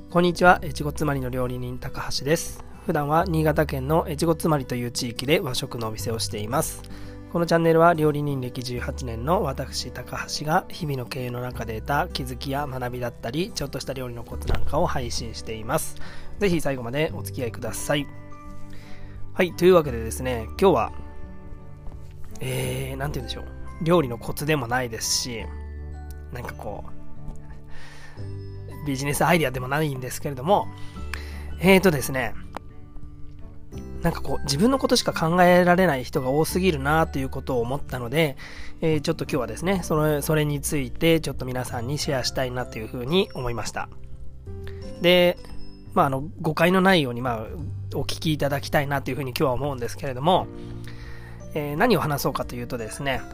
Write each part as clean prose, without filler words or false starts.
こんにちは、越後妻有の料理人高橋です。普段は新潟県の越後妻有という地域で和食のお店をしています。このチャンネルは料理人歴18年の私高橋が日々の経営の中で得た気づきや学びだったり、ちょっとした料理のコツなんかを配信しています。ぜひ最後までお付き合いください。はい、というわけでですね、今日はなんて言うんでしょう、料理のコツでもないですし、なんかこうビジネスアイデアでもないんですけれども、ですね、なんかこう自分のことしか考えられない人が多すぎるなということを思ったので、ちょっと今日はですね、それについてちょっと皆さんにシェアしたいなというふうに思いました。で、誤解のないようにお聞きいただきたいなというふうに今日は思うんですけれども、何を話そうかというとですね、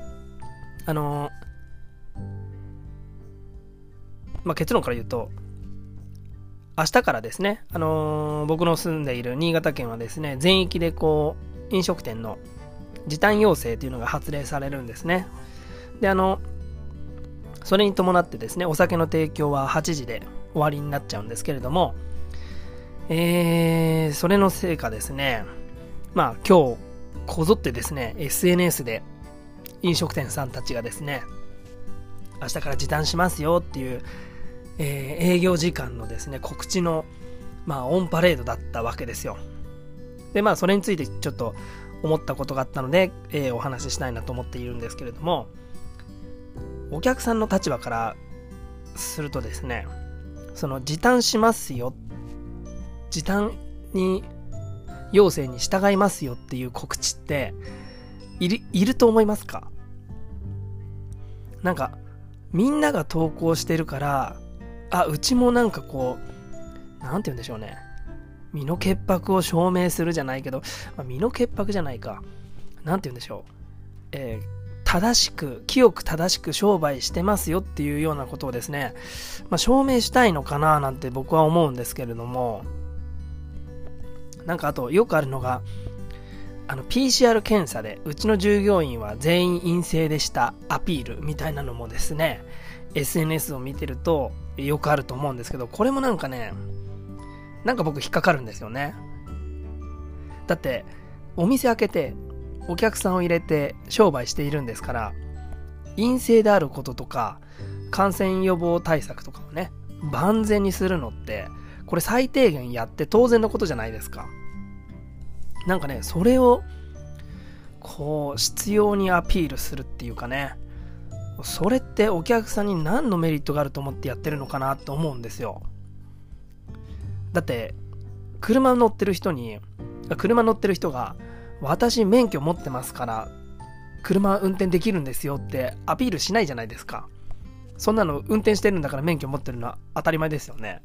結論から言うと、明日からですね、僕の住んでいる新潟県はですね、全域で飲食店の時短要請というのが発令されるんですね。で、それに伴ってですね、お酒の提供は8時で終わりになっちゃうんですけれども、それのせいかですね、今日こぞってですね、SNS で飲食店さんたちがですね、明日から時短しますよっていう営業時間のですね告知のオンパレードだったわけですよ。でそれについてちょっと思ったことがあったので、お話ししたいなと思っているんですけれども、お客さんの立場からするとですね、その時短しますよ、時短に要請に従いますよっていう告知っていると思いますか？なんかみんなが投稿してるから、うちもなんて言うんでしょうね、身の潔白を証明するじゃないけど、身の潔白じゃないか、なんて言うんでしょう、清く正しく商売してますよっていうようなことをですね、証明したいのかななんて僕は思うんですけれども、あとよくあるのが、PCR 検査でうちの従業員は全員陰性でしたアピールみたいなのもですね、 SNS を見てるとよくあると思うんですけど、これも僕引っかかるんですよね。だってお店開けてお客さんを入れて商売しているんですから、陰性であることとか感染予防対策とかをね万全にするのってこれ最低限やって当然のことじゃないですか。それを執拗にアピールするっていうかね、それってお客さんに何のメリットがあると思ってやってるのかなと思うんですよ。だって車乗ってる人が私免許持ってますから車運転できるんですよってアピールしないじゃないですか。そんなの運転してるんだから免許持ってるのは当たり前ですよね。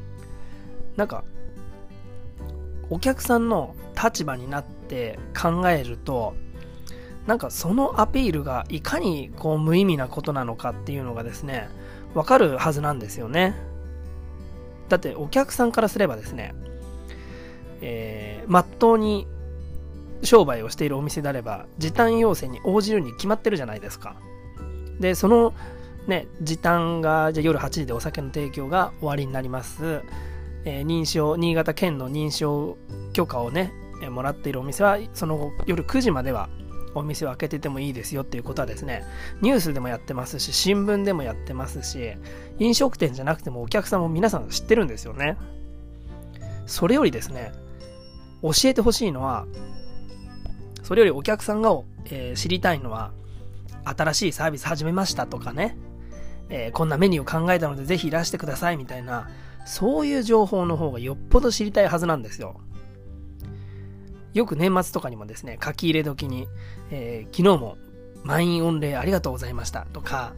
お客さんの立場になって考えると、そのアピールがいかに無意味なことなのかっていうのがですね、わかるはずなんですよね。だってお客さんからすればですね、まっとうに商売をしているお店であれば時短要請に応じるに決まってるじゃないですか。でそのね時短が夜8時でお酒の提供が終わりになります。新潟県の認証許可をねもらっているお店はその後夜9時まではお店を開けててもいいですよっていうことはですね、ニュースでもやってますし新聞でもやってますし、飲食店じゃなくてもお客さんも皆さん知ってるんですよね。それよりですね、教えてほしいのは、それよりお客さんが、知りたいのは新しいサービス始めましたとかね、こんなメニューを考えたのでぜひいらしてくださいみたいな、そういう情報の方がよっぽど知りたいはずなんですよ。よく年末とかにもですね、書き入れ時に、昨日も満員御礼ありがとうございましたとか、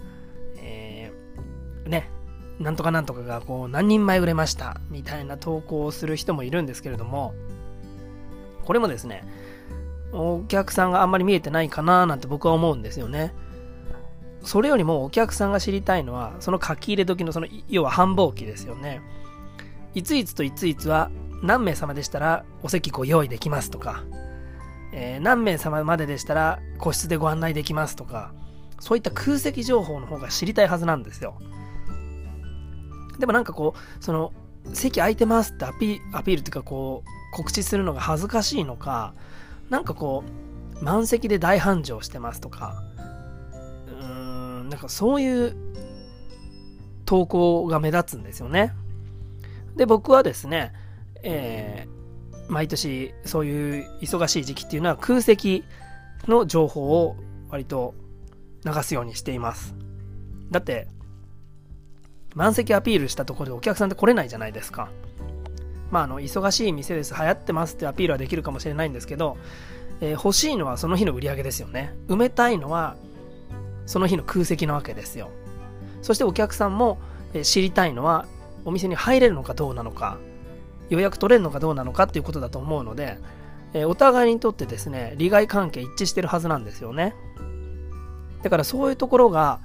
なんとかなんとかが何人前売れましたみたいな投稿をする人もいるんですけれども、これもですね、お客さんがあんまり見えてないかななんて僕は思うんですよね。それよりもお客さんが知りたいのはその書き入れ時の要は繁忙期ですよね。いついつといついつは何名様でしたらお席用意できますとか、何名様まででしたら個室でご案内できますとか、そういった空席情報の方が知りたいはずなんですよ。でも席空いてますってアピールっていうかこう告知するのが恥ずかしいのか、なんかこう満席で大繁盛してますとか、なんかそういう投稿が目立つんですよね。で、僕はですね、毎年そういう忙しい時期っていうのは空席の情報を割と流すようにしています。だって満席アピールしたところでお客さんって来れないじゃないですか。忙しい店です、流行ってますってアピールはできるかもしれないんですけど、欲しいのはその日の売り上げですよね。埋めたいのはその日の空席なわけですよ。そしてお客さんも知りたいのはお店に入れるのかどうなのか、予約取れるのかどうなのかっていうことだと思うので、お互いにとってですね、利害関係一致してるはずなんですよね。だからそういうところが、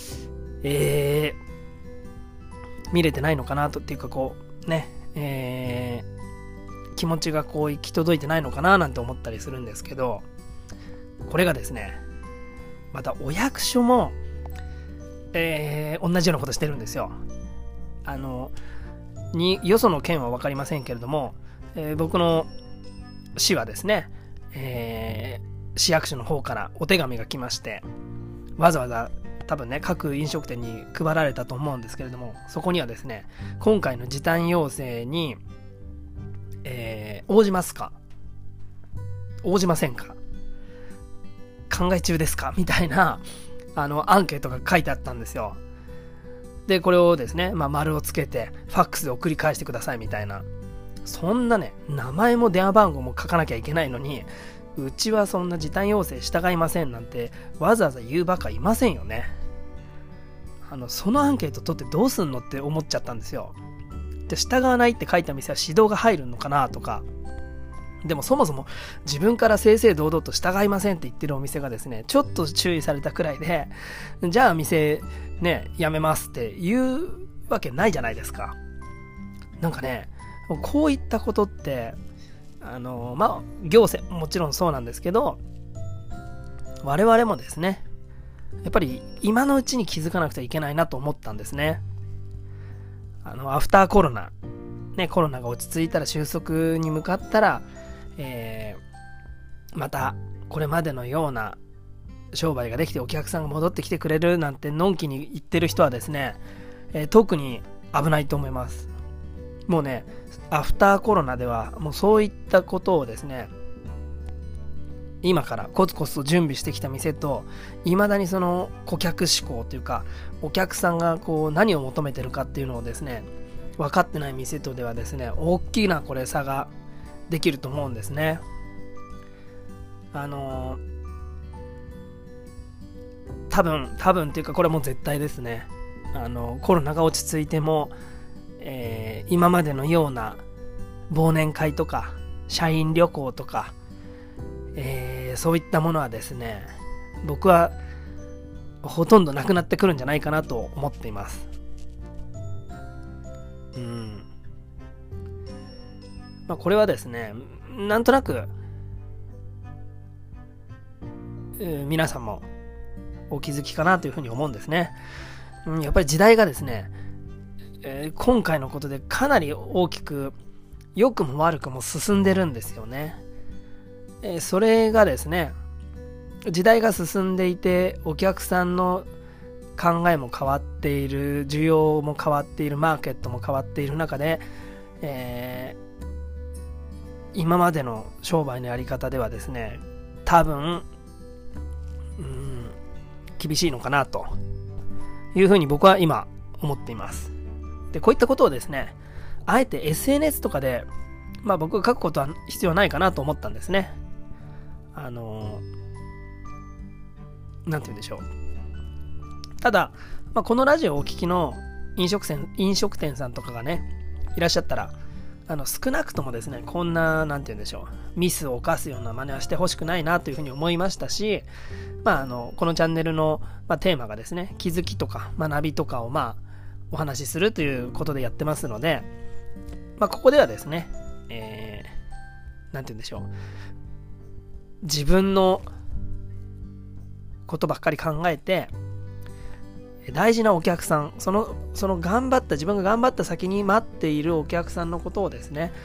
見れてないのかなとっていうか、こうね、気持ちがこう行き届いてないのかななんて思ったりするんですけど、これがですね、またお役所も、同じようなことしてるんですよ。よその県は分かりませんけれども、僕の市はですね、市役所の方からお手紙が来まして、わざわざ多分ね、各飲食店に配られたと思うんですけれども、そこにはですね、今回の時短要請に、応じますか、応じませんか、考え中ですかみたいなアンケートが書いてあったんですよ。でこれをですね、丸をつけてファックスで送り返してくださいみたいな、そんなね、名前も電話番号も書かなきゃいけないのに、うちはそんな時短要請従いませんなんてわざわざ言うばかいませんよね。そのアンケート取ってどうすんのって思っちゃったんですよ。で、従わないって書いた店は指導が入るのかなとか、でもそもそも自分から正々堂々と従いませんって言ってるお店がですね、ちょっと注意されたくらいで、じゃあ店ね、やめますって言うわけないじゃないですか。なんかね、こういったことって行政もちろんそうなんですけど、我々もですね、やっぱり今のうちに気づかなくちゃいけないなと思ったんですね。アフターコロナね、コロナが落ち着いたら、収束に向かったら、またこれまでのような商売ができてお客さんが戻ってきてくれるなんてのんきに言ってる人はですね、特に危ないと思います。もうね、アフターコロナではもうそういったことをですね、今からコツコツと準備してきた店と、未だにその顧客志向というか、お客さんがこう何を求めてるかっていうのをですね、分かってない店とではですね、大きなこれ差ができると思うんですね。多分っていうか、これはもう絶対ですね。コロナが落ち着いても、今までのような忘年会とか社員旅行とか、そういったものはですね、僕はほとんどなくなってくるんじゃないかなと思っています。これはですね、なんとなく、皆さんもお気づきかなというふうに思うんですね。やっぱり時代がですね、今回のことでかなり大きく良くも悪くも進んでるんですよね。それがですね、時代が進んでいて、お客さんの考えも変わっている、需要も変わっている、マーケットも変わっている中で、今までの商売のやり方ではですね、多分厳しいのかなというふうに僕は今思っています。で、こういったことをですね、あえて SNS とかで僕が書くことは必要ないかなと思ったんですね。なんて言うんでしょう。ただ、このラジオをお聞きの飲食店さんとかがね、いらっしゃったら、少なくともですね、こんな、なんて言うんでしょう、ミスを犯すような真似はしてほしくないなというふうに思いましたし、このチャンネルの、テーマがですね、気づきとか学びとかをお話しするということでやってますので、ここではですね、なんて言うんでしょう、自分のことばっかり考えて、 大事なお客さん、その頑張った、自分が頑張った先に待っているお客さんのことをですね、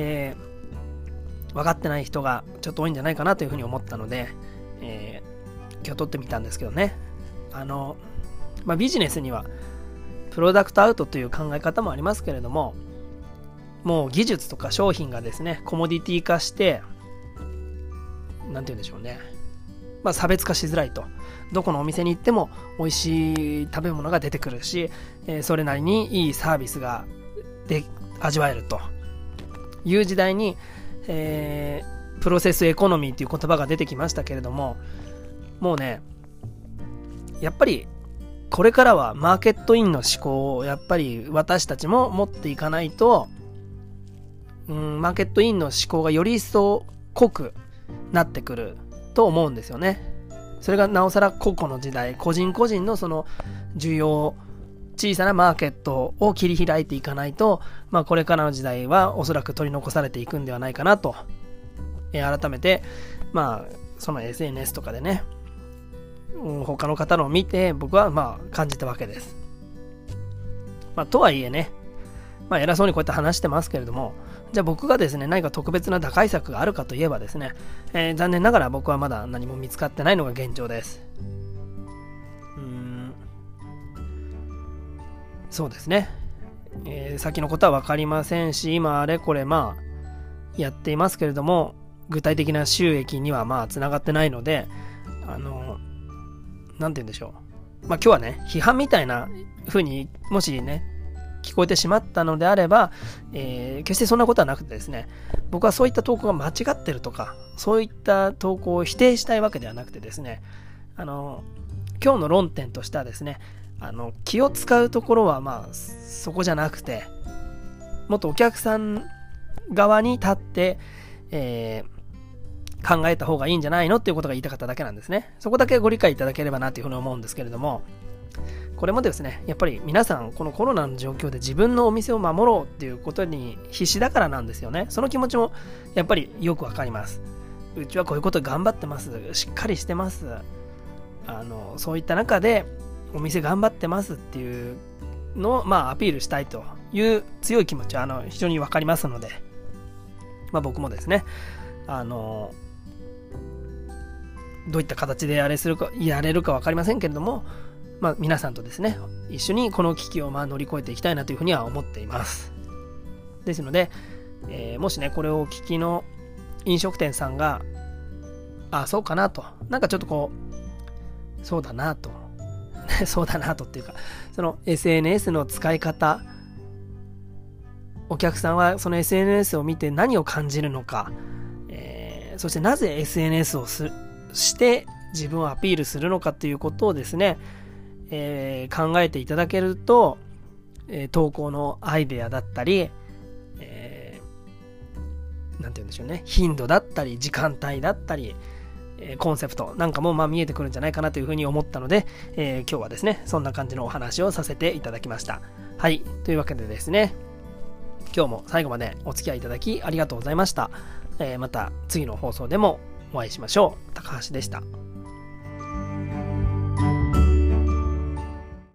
分かってない人がちょっと多いんじゃないかなというふうに思ったので、今日撮ってみたんですけどね。ビジネスにはプロダクトアウトという考え方もありますけれども、もう技術とか商品がですね、コモディティ化して、なんて言うんでしょうね。差別化しづらいと。どこのお店に行っても美味しい食べ物が出てくるし、それなりにいいサービスが味わえるという時代に、プロセスエコノミーという言葉が出てきましたけれども、もうね、やっぱりこれからはマーケットインの思考をやっぱり私たちも持っていかないと、マーケットインの思考がより一層濃くなってくると思うんですよね。それがなおさら個々の時代、個人個人のその需要、小さなマーケットを切り開いていかないと、これからの時代はおそらく取り残されていくんではないかなと、改めてその SNS とかでね、他の方のを見て僕は感じたわけです。とはいえね、偉そうにこうやって話してますけれども、じゃあ僕がですね、何か特別な打開策があるかといえばですね、残念ながら僕はまだ何も見つかってないのが現状です。そうですね、先のことは分かりませんし、今あれこれやっていますけれども、具体的な収益にはつながってないので、なんて言うんでしょう。今日はね、批判みたいな風にもしね、聞こえてしまったのであれば、決してそんなことはなくてですね、僕はそういった投稿が間違ってるとか、そういった投稿を否定したいわけではなくてですね、今日の論点としてはですね、気を使うところはそこじゃなくて、もっとお客さん側に立って、考えた方がいいんじゃないのっていうことが言いたかっただけなんですね。そこだけご理解いただければなというふうに思うんですけれども、これもですね、やっぱり皆さんこのコロナの状況で自分のお店を守ろうっていうことに必死だからなんですよね。その気持ちもやっぱりよくわかります。うちはこういうこと頑張ってます、しっかりしてます、そういった中でお店頑張ってますっていうのをアピールしたいという強い気持ちは非常にわかりますので、僕もですね、どういった形でやれるか分かりませんけれども、皆さんとですね、一緒にこの危機を乗り越えていきたいなというふうには思っています。ですので、もしね、これをお聞きの飲食店さんが、そうかなと、ちょっとそうだなと、そうだなとっていうか、その SNS の使い方、お客さんはその SNS を見て何を感じるのか、そしてなぜ SNS をして自分をアピールするのかということをですね、考えていただけると、投稿のアイデアだったり、なんて言うんでしょうね、頻度だったり時間帯だったり、コンセプトなんかも見えてくるんじゃないかなというふうに思ったので、今日はですね、そんな感じのお話をさせていただきました。はい、というわけでですね、今日も最後までお付き合いいただきありがとうございました。また次の放送でもお会いしましょう。高橋でした。